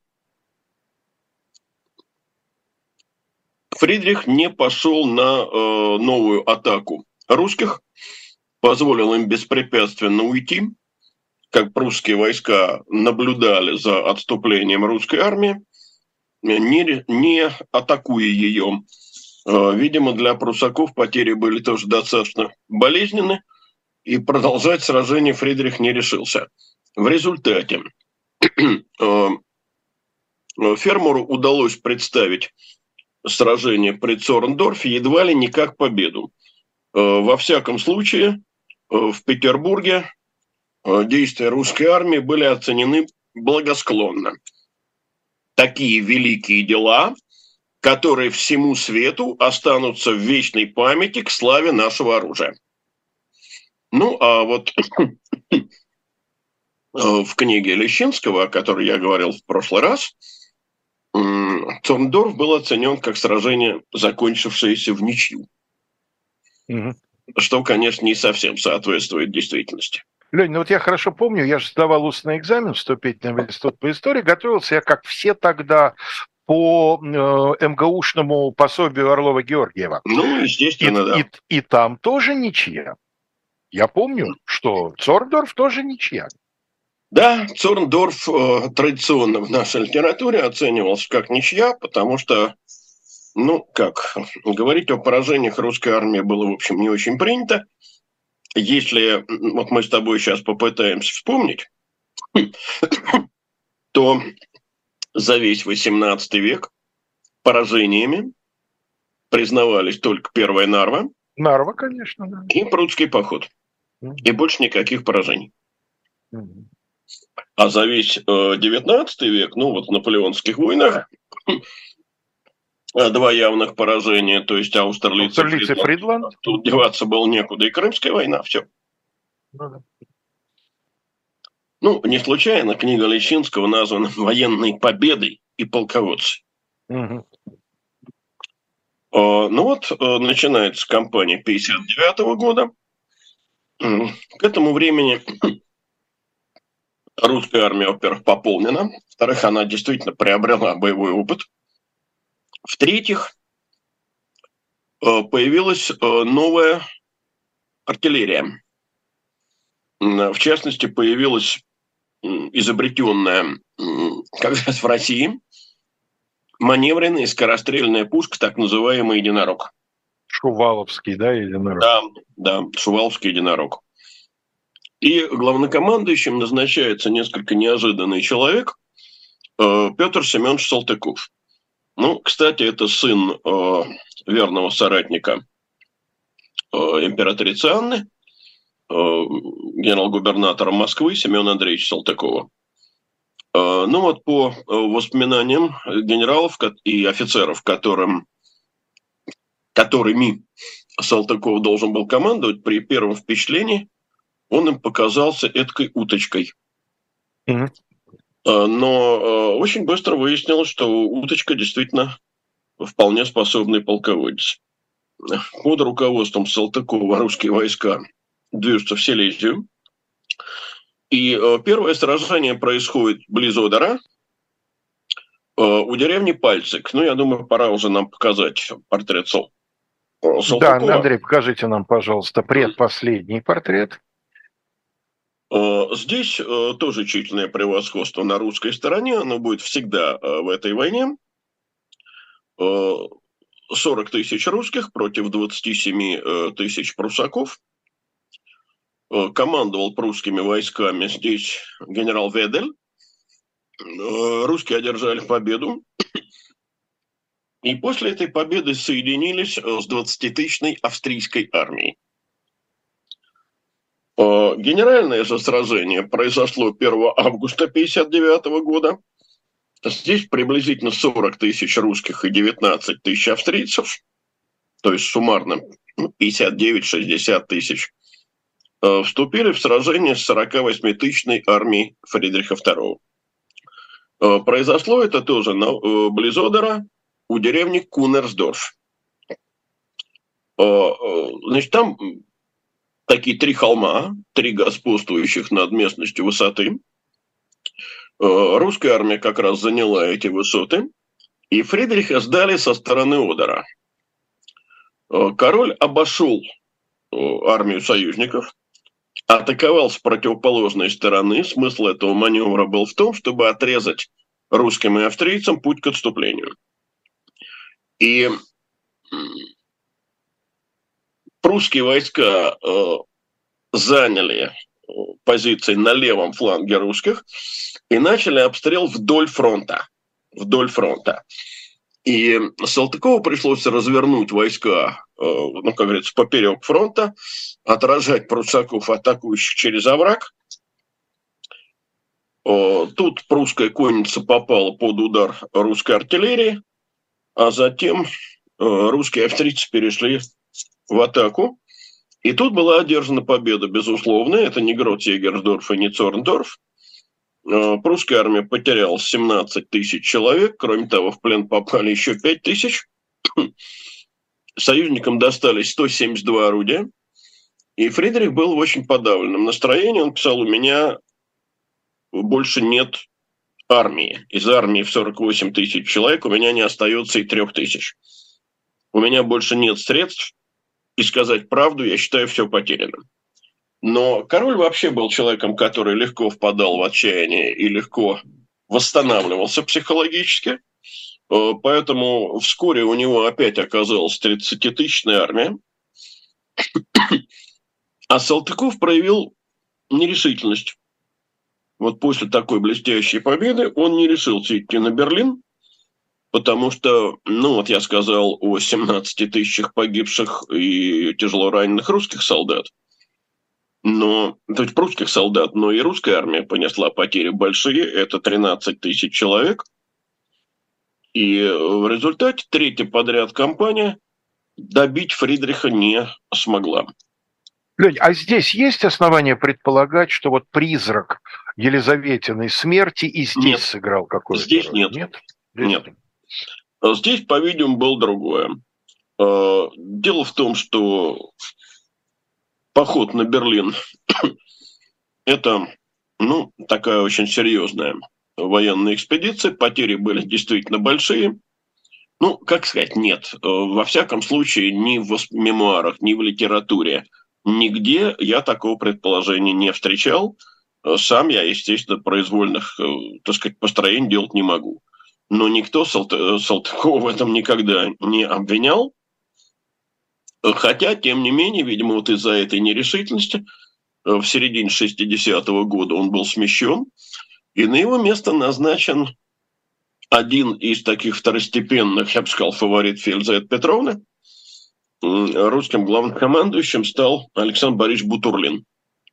[SPEAKER 2] Фридрих не пошел на э, новую атаку русских, позволил им беспрепятственно уйти, как прусские войска наблюдали за отступлением русской армии, не, не атакуя ее. Э, видимо, для прусаков потери были тоже достаточно болезненны, и продолжать сражение Фридрих не решился. В результате э, фермеру удалось представить сражение при Цорндорфе едва ли не как победу. Во всяком случае, в Петербурге действия русской армии были оценены благосклонно. Такие великие дела, которые всему свету останутся в вечной памяти к славе нашего оружия. Ну, а вот в книге Лещинского, о которой я говорил в прошлый раз, Цорндорф был оценен как сражение, закончившееся в ничью. Угу. Что, конечно, не совсем соответствует действительности.
[SPEAKER 1] Лень, ну вот я хорошо помню, я же сдавал устный экзамен, вступительный в институт по истории, готовился я, как все тогда, по э, МГУшному пособию Орлова-Георгиева.
[SPEAKER 2] Ну, естественно,
[SPEAKER 1] и,
[SPEAKER 2] да.
[SPEAKER 1] И, и там тоже ничья. Я помню, что Цорндорф тоже ничья.
[SPEAKER 2] Да, Цорндорф э, традиционно в нашей литературе оценивался как ничья, потому что, ну, как, говорить о поражениях русской армии было, в общем, не очень принято. Если вот мы с тобой сейчас попытаемся вспомнить, то за весь восемнадцатый век поражениями признавались только первая Нарва.
[SPEAKER 1] Нарва, конечно, да.
[SPEAKER 2] И Прудский поход. Mm-hmm. И больше никаких поражений. Mm-hmm. А за весь девятнадцатый век, ну вот в наполеонских войнах, два явных поражения, то есть Аустерлиц и Фридланд. Фридланд. Тут деваться было некуда. И Крымская война, все. Mm-hmm. Ну, не случайно книга Лещинского названа «Военной победой и полководцы». Угу. Ну вот, начинается кампания пятьдесят девятого года. К этому времени русская армия, во-первых, пополнена. Во-вторых, она действительно приобрела боевой опыт. В-третьих, появилась новая артиллерия. В частности, появилась изобретенная как раз в России маневренная скорострельная пушка, так называемый единорог.
[SPEAKER 1] Шуваловский, да, единорог?
[SPEAKER 2] Да, да, Шуваловский единорог. И главнокомандующим назначается несколько неожиданный человек, Петр Семенович Салтыков. Ну, кстати, это сын верного соратника императрицы Анны, генерал-губернатора Москвы Семена Андреевича Салтыкова. Ну вот по воспоминаниям генералов и офицеров, которым, которыми Салтыков должен был командовать, при первом впечатлении он им показался эдакой уточкой. Mm-hmm. Но очень быстро выяснилось, что уточка действительно вполне способный полководец. Под руководством Салтыкова русские войска движутся в Силезию. И первое сражение происходит близ Одера, у деревни Пальцик. Ну, я думаю, пора уже нам показать портрет Салтыкова.
[SPEAKER 1] Да, Андрей, покажите нам, пожалуйста, предпоследний портрет.
[SPEAKER 2] Здесь тоже численное превосходство на русской стороне. Оно будет всегда в этой войне. сорок тысяч русских против двадцать семь тысяч прусаков. Командовал прусскими войсками здесь генерал Ведель. Русские одержали победу. И после этой победы соединились с двадцатитысячной австрийской армией. Генеральное же сражение произошло первого августа тысяча девятьсот пятьдесят девятого года. Здесь приблизительно сорок тысяч русских и девятнадцать тысяч австрийцев. То есть суммарно пятьдесят девять - шестьдесят тысяч. Вступили в сражение с сорокавосьмитысячной армией Фридриха второго. Произошло это тоже на, близ Одера, у деревни Кунерсдорф. Значит, там такие три холма, три господствующих над местностью высоты. Русская армия как раз заняла эти высоты, и Фридриха сдали со стороны Одера. Король обошел армию союзников, атаковал с противоположной стороны. Смысл этого маневра был в том, чтобы отрезать русским и австрийцам путь к отступлению. И прусские войска э, заняли позиции на левом фланге русских и начали обстрел вдоль фронта. Вдоль фронта. И Салтыкову пришлось развернуть войска, ну, как говорится, поперек фронта, отражать прусаков, атакующих через овраг. Тут прусская конница попала под удар русской артиллерии, а затем русские и австрийцы перешли в атаку. И тут была одержана победа, безусловно. Это не Грот-Егерсдорф и не Цорндорф. Прусская армия потеряла семнадцать тысяч человек. Кроме того, в плен попали еще пять тысяч. Союзникам достались сто семьдесят два орудия. И Фридрих был в очень подавленном настроении. Он писал: у меня больше нет армии. Из армии в сорок восемь тысяч человек у меня не остается и трех тысяч. У меня больше нет средств. И сказать правду, я считаю, все потеряно. Но король вообще был человеком, который легко впадал в отчаяние и легко восстанавливался психологически. Поэтому вскоре у него опять оказалась тридцатитысячная армия. А Салтыков проявил нерешительность. Вот после такой блестящей победы он не решился идти на Берлин, потому что, ну вот я сказал о семнадцати тысячах погибших и тяжело раненых русских солдат. Но, то есть прусских солдат, но и русская армия понесла потери большие, это тринадцать тысяч человек. И в результате третья подряд кампания добить Фридриха не смогла.
[SPEAKER 1] Лень, а здесь есть основания предполагать, что вот призрак Елизаветиной смерти и здесь нет. сыграл какую-то
[SPEAKER 2] здесь
[SPEAKER 1] роль?
[SPEAKER 2] Нет.
[SPEAKER 1] Нет.
[SPEAKER 2] Здесь нет. Нет. Здесь, по-видимому, было другое. Дело в том, что поход на Берлин – это, ну, такая очень серьезная военная экспедиция. Потери были действительно большие. Ну, как сказать, нет. Во всяком случае, ни в мемуарах, ни в литературе, нигде я такого предположения не встречал. Сам я, естественно, произвольных, так сказать, построений делать не могу. Но никто Салтыкова в этом никогда не обвинял. Хотя, тем не менее, видимо, вот из-за этой нерешительности в середине шестидесятого года он был смещен, и на его место назначен один из таких второстепенных, я бы сказал, фаворит Елизаветы Петровны. Русским главнокомандующим стал Александр Борисович Бутурлин.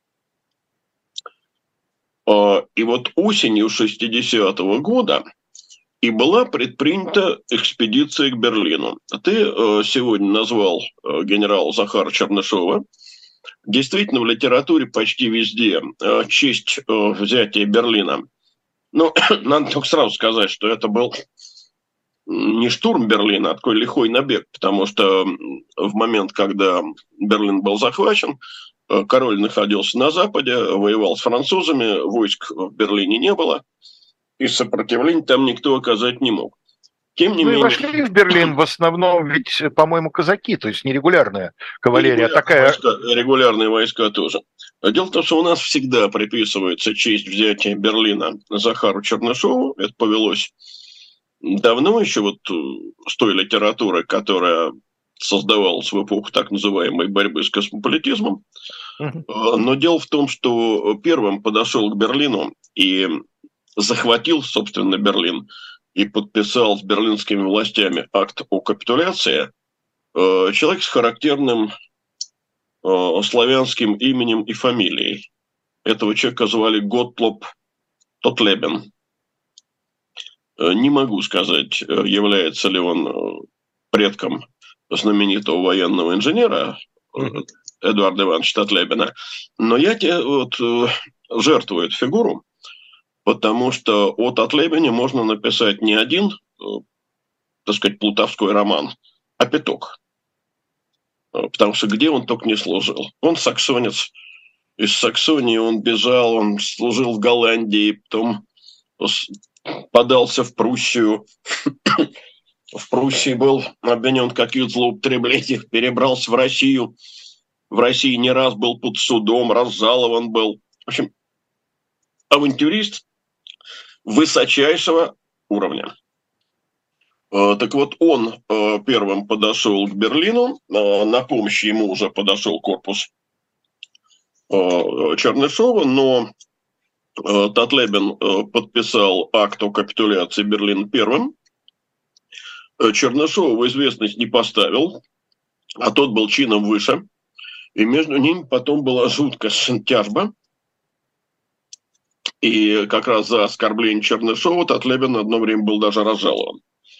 [SPEAKER 2] И вот осенью шестидесятого года и была предпринята экспедиция к Берлину. Ты сегодня назвал генерала Захара Чернышова. Действительно, в литературе почти везде честь взятия Берлина. Но надо только сразу сказать, что это был не штурм Берлина, а такой лихой набег, потому что в момент, когда Берлин был захвачен, король находился на западе, воевал с французами, войск в Берлине не было, и сопротивления там никто оказать не мог. Тем не
[SPEAKER 1] ну
[SPEAKER 2] менее...
[SPEAKER 1] и вошли в Берлин в основном ведь, по-моему, казаки, то есть нерегулярная кавалерия.
[SPEAKER 2] Регулярные,
[SPEAKER 1] такая...
[SPEAKER 2] войска, регулярные войска тоже. Дело в том, что у нас всегда приписывается честь взятия Берлина Захару Чернышову. Это повелось давно еще вот с той литературы, которая создавалась в эпоху так называемой борьбы с космополитизмом. Uh-huh. Но дело в том, что первым подошел к Берлину и захватил, собственно, Берлин и подписал с берлинскими властями акт о капитуляции человек с характерным славянским именем и фамилией. Этого человека звали Готтлоб Тотлебен. Не могу сказать, является ли он предком знаменитого военного инженера mm-hmm. Эдуарда Ивановича Тотлебена, но я тебе вот жертвую эту фигуру, потому что о Тотлебене можно написать не один, так сказать, плутовской роман, а пяток. Потому что где он только не служил. Он саксонец. Из Саксонии он бежал, он служил в Голландии, потом подался в Пруссию. В Пруссии был обвинен в каких-то злоупотреблениях, перебрался в Россию. В России не раз был под судом, разжалован был. В общем, авантюрист высочайшего уровня. Так вот, он первым подошел к Берлину, на помощь ему уже подошел корпус Чернышова, но Тотлебен подписал акт о капитуляции Берлина первым. Чернышова в известность не поставил, а тот был чином выше. И между ними потом была жуткая тяжба. И как раз за оскорбление Чернышова Татлебин одно время был даже разжалован.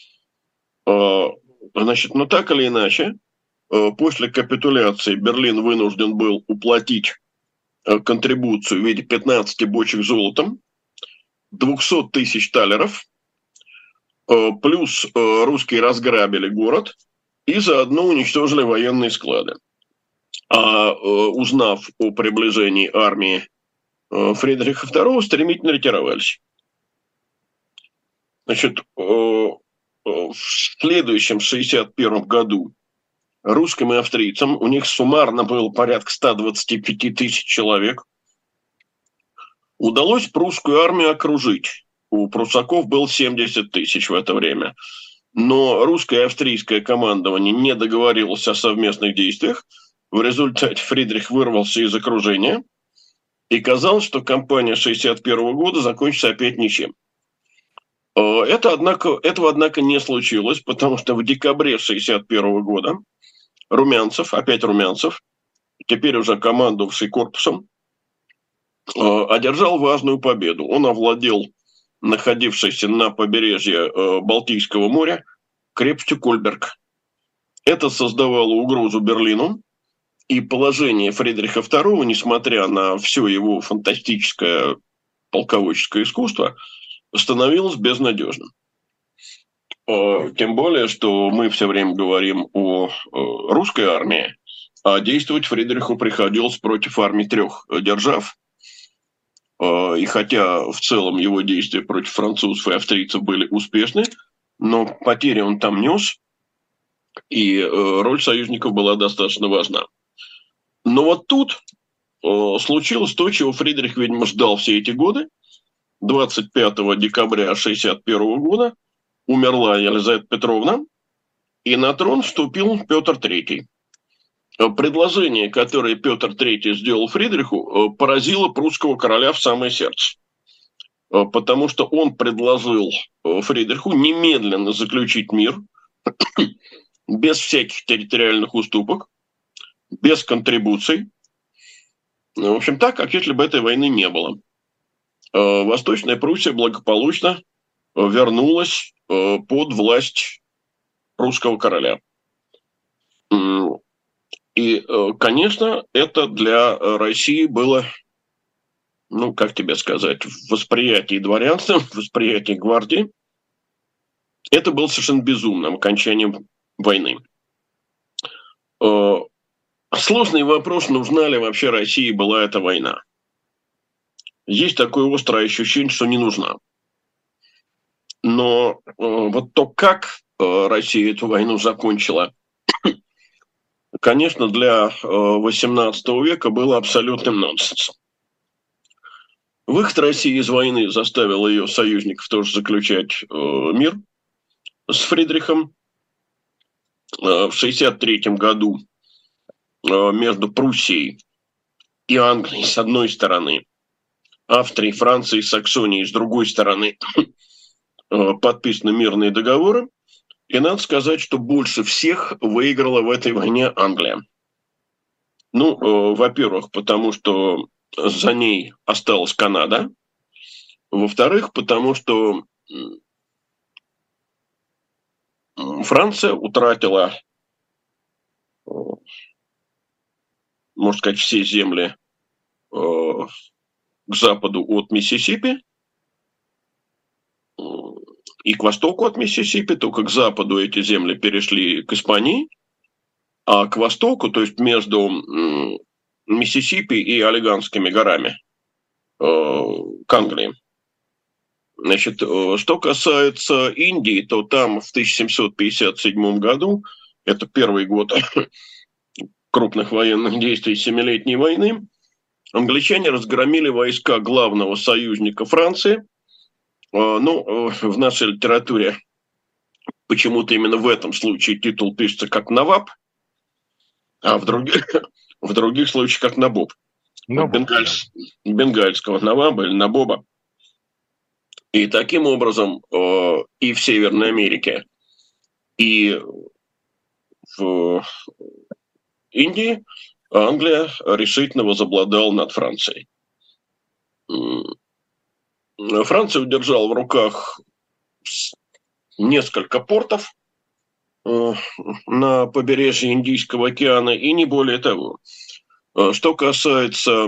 [SPEAKER 2] Значит, но так или иначе, после капитуляции Берлин вынужден был уплатить контрибуцию в виде пятнадцати бочек золотом, двухсот тысяч талеров, плюс русские разграбили город и заодно уничтожили военные склады. А узнав о приближении армии Фридриха второго, стремительно ретировались. Значит, в следующем шестьдесят первом году русским и австрийцам, у них суммарно было порядка ста двадцати пяти тысяч человек, удалось прусскую армию окружить. У прусаков было семьдесят тысяч в это время. Но русское и австрийское командование не договорилось о совместных действиях. В результате Фридрих вырвался из окружения. И казалось, что кампания шестьдесят первого года закончится опять ничем. Это, однако, этого, однако, не случилось, потому что в декабре шестьдесят первого года Румянцев, опять Румянцев, теперь уже командовавший корпусом, одержал важную победу. Он овладел находившейся на побережье Балтийского моря крепостью Кольберг. Это создавало угрозу Берлину, и положение Фридриха второго, несмотря на все его фантастическое полководческое искусство, становилось безнадежным. Тем более, что мы все время говорим о русской армии, а действовать Фридриху приходилось против армий трех держав. И хотя в целом его действия против французов и австрийцев были успешны, но потери он там нес, и роль союзников была достаточно важна. Но вот тут случилось то, чего Фридрих, видимо, ждал все эти годы. двадцать пятого декабря шестьдесят первого года умерла Елизавета Петровна, и на трон вступил Петр третий. Предложение, которое Петр третий сделал Фридриху, поразило прусского короля в самое сердце. Потому что он предложил Фридриху немедленно заключить мир, без всяких территориальных уступок, без контрибуций. В общем, так, как если бы этой войны не было. Восточная Пруссия благополучно вернулась под власть прусского короля. И, конечно, это для России было, ну, как тебе сказать, в восприятии дворянства, в восприятии гвардии, это было совершенно безумным окончанием войны. Сложный вопрос, нужна ли вообще России была эта война. Есть такое острое ощущение, что не нужна. Но э, вот то, как э, Россия эту войну закончила, конечно, для э, восемнадцатого века было абсолютным нонсенсом. Выход России из войны заставил ее союзников тоже заключать э, мир с Фридрихом. Э, в шестьдесят третьем году э, между Пруссией и Англией с одной стороны, Австрией, Францией, Саксонией с другой стороны подписаны мирные договоры. И надо сказать, что больше всех выиграла в этой войне Англия. Ну, э, во-первых, потому что за ней осталась Канада. Во-вторых, потому что Франция утратила, можно сказать, все земли э, к западу от Миссисипи и к востоку от Миссисипи, только к западу эти земли перешли к Испании, а к востоку, то есть между Миссисипи и Олиганскими горами, к Англии. Значит, что касается Индии, то там в тысяча семьсот пятьдесят седьмом году, это первый год крупных военных действий Семилетней войны, англичане разгромили войска главного союзника Франции. Ну, в нашей литературе почему-то именно в этом случае титул пишется как «Наваб», а в других, в других случаях как «Набоб». Бенгаль, бенгальского Наваба или Набоба. И таким образом и в Северной Америке И в Индии Англия решительно возобладала над Францией. Франция удержала в руках несколько портов на побережье Индийского океана, и не более того. Что касается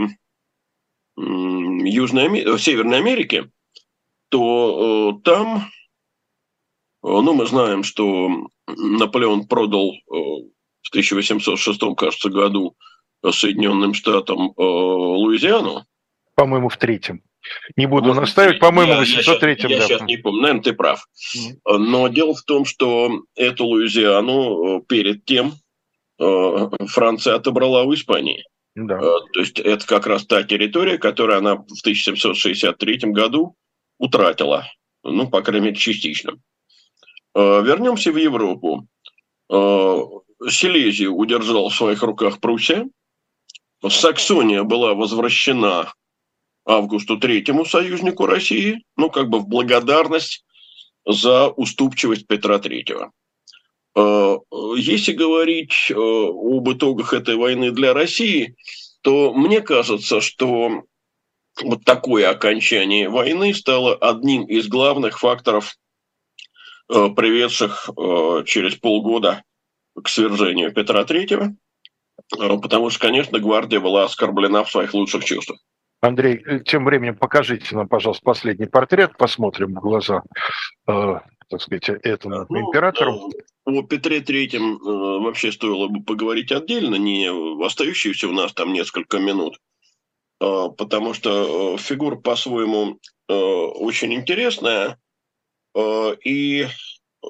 [SPEAKER 2] Южной Амер... Северной Америки, то там, ну, мы знаем, что Наполеон продал в тысяча восемьсот шестом, кажется, году Соединенным Штатам Луизиану.
[SPEAKER 1] По-моему, в третьем. Не буду
[SPEAKER 2] Может,
[SPEAKER 1] настаивать, по-моему, в
[SPEAKER 2] я,
[SPEAKER 1] восемьсот третьем.
[SPEAKER 2] Я,
[SPEAKER 1] да.
[SPEAKER 2] сейчас не помню, наверное, ты прав. Mm-hmm. Но дело в том, что эту Луизиану перед тем Франция отобрала у Испании.
[SPEAKER 1] Да.
[SPEAKER 2] То есть это как раз та территория, которую она в тысяча семьсот шестьдесят третьем году утратила. Ну, по крайней мере, частично. Вернемся в Европу. Силезию удержал в своих руках Пруссия. Саксония была возвращена Августу Третьему, союзнику России, ну, как бы в благодарность за уступчивость Петра Третьего. Если говорить об итогах этой войны для России, то мне кажется, что вот такое окончание войны стало одним из главных факторов, приведших через полгода к свержению Петра Третьего, потому что, конечно, гвардия была оскорблена в своих лучших чувствах.
[SPEAKER 1] Андрей, тем временем покажите нам, пожалуйста, последний портрет, посмотрим в глаза, э, так сказать, этому ну, императору.
[SPEAKER 2] О Петре Третьем э, вообще стоило бы поговорить отдельно, не в остающиеся у нас там несколько минут, э, потому что фигура по-своему э, очень интересная э, и э,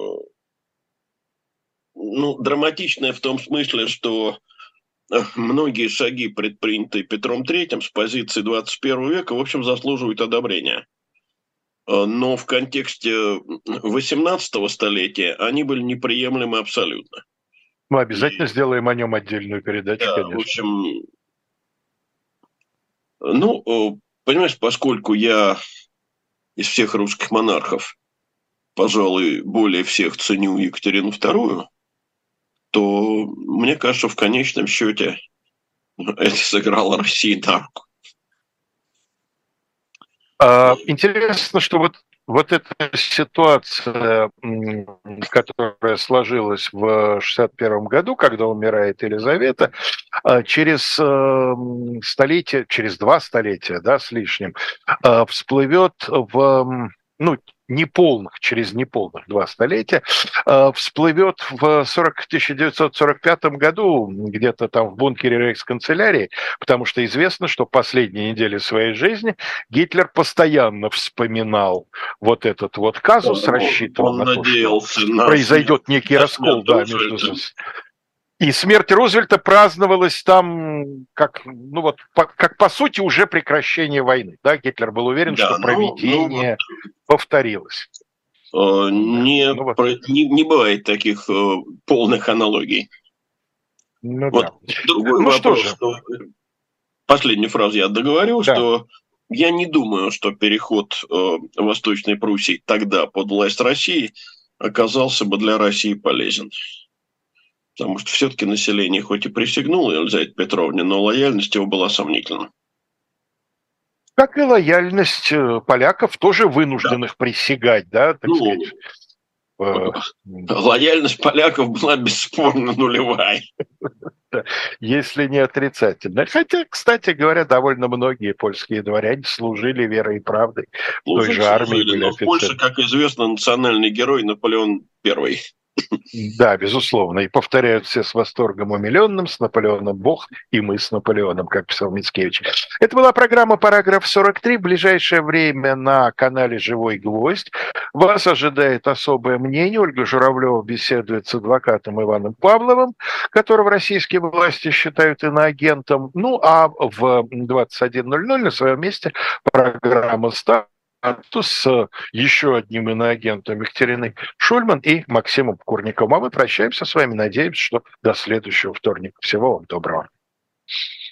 [SPEAKER 2] ну, драматичная в том смысле, что многие шаги, предпринятые Петром Третьим с позиции двадцать первого века, в общем, заслуживают одобрения. Но в контексте восемнадцатого столетия они были неприемлемы абсолютно.
[SPEAKER 1] Мы обязательно И... сделаем о нем отдельную передачу,
[SPEAKER 2] да,
[SPEAKER 1] конечно.
[SPEAKER 2] В общем, ну, понимаешь, поскольку я из всех русских монархов, пожалуй, более всех ценю Екатерину Вторую, то мне кажется, в конечном счете это сыграло России на руку.
[SPEAKER 1] Интересно, что вот, вот эта ситуация, которая сложилась в шестьдесят первом году, когда умирает Елизавета, через столетие, через два столетия, да, с лишним, всплывет в, ну, неполных, через неполных два столетия, э, всплывет в тысяча девятьсот сорок пятом году, где-то там в бункере рейхсканцелярии, потому что известно, что последние недели своей жизни Гитлер постоянно вспоминал вот этот вот казус, он, рассчитывал
[SPEAKER 2] он
[SPEAKER 1] на то,
[SPEAKER 2] надеялся
[SPEAKER 1] что
[SPEAKER 2] на
[SPEAKER 1] произойдет некий раскол, да, между... И смерть Рузвельта праздновалась там, как, ну вот, по, как по сути уже прекращение войны. Да? Гитлер был уверен, да, что провидение ну, ну, повторилось.
[SPEAKER 2] Э, не,
[SPEAKER 1] ну, вот.
[SPEAKER 2] про, не, не бывает таких э, полных аналогий.
[SPEAKER 1] Ну,
[SPEAKER 2] вот
[SPEAKER 1] да.
[SPEAKER 2] другой
[SPEAKER 1] ну,
[SPEAKER 2] вопрос,
[SPEAKER 1] что,
[SPEAKER 2] что последнюю фразу я договорю, да. что я не думаю, что переход э, Восточной Пруссии тогда под власть России оказался бы для России полезен. Потому что все-таки население хоть и присягнуло Елизавете Петровне, но лояльность его была сомнительна.
[SPEAKER 1] Как и лояльность поляков, тоже вынужденных да. присягать, да, так
[SPEAKER 2] ну,
[SPEAKER 1] сказать.
[SPEAKER 2] Лояльность поляков была бесспорно нулевая.
[SPEAKER 1] Если не отрицательно. Хотя, кстати говоря, довольно многие польские дворяне служили верой и правдой. В той же армии были
[SPEAKER 2] но
[SPEAKER 1] офицеры.
[SPEAKER 2] В Польше, как известно, национальный герой Наполеон Первый.
[SPEAKER 1] Да, безусловно. И повторяют все с восторгом умиленным, с Наполеоном Бог, и мы с Наполеоном, как писал Мицкевич. Это была программа «Параграф сорок три». В ближайшее время на канале «Живой гвоздь» вас ожидает особое мнение. Ольга Журавлева беседует с адвокатом Иваном Павловым, которого российские власти считают иноагентом. Ну, а в двадцать один ноль ноль на своем месте программа «Статус» с еще одним иноагентом Екатериной Шульман и Максимом Курниковым. А мы прощаемся с вами. Надеемся, что до следующего вторника. Всего вам доброго.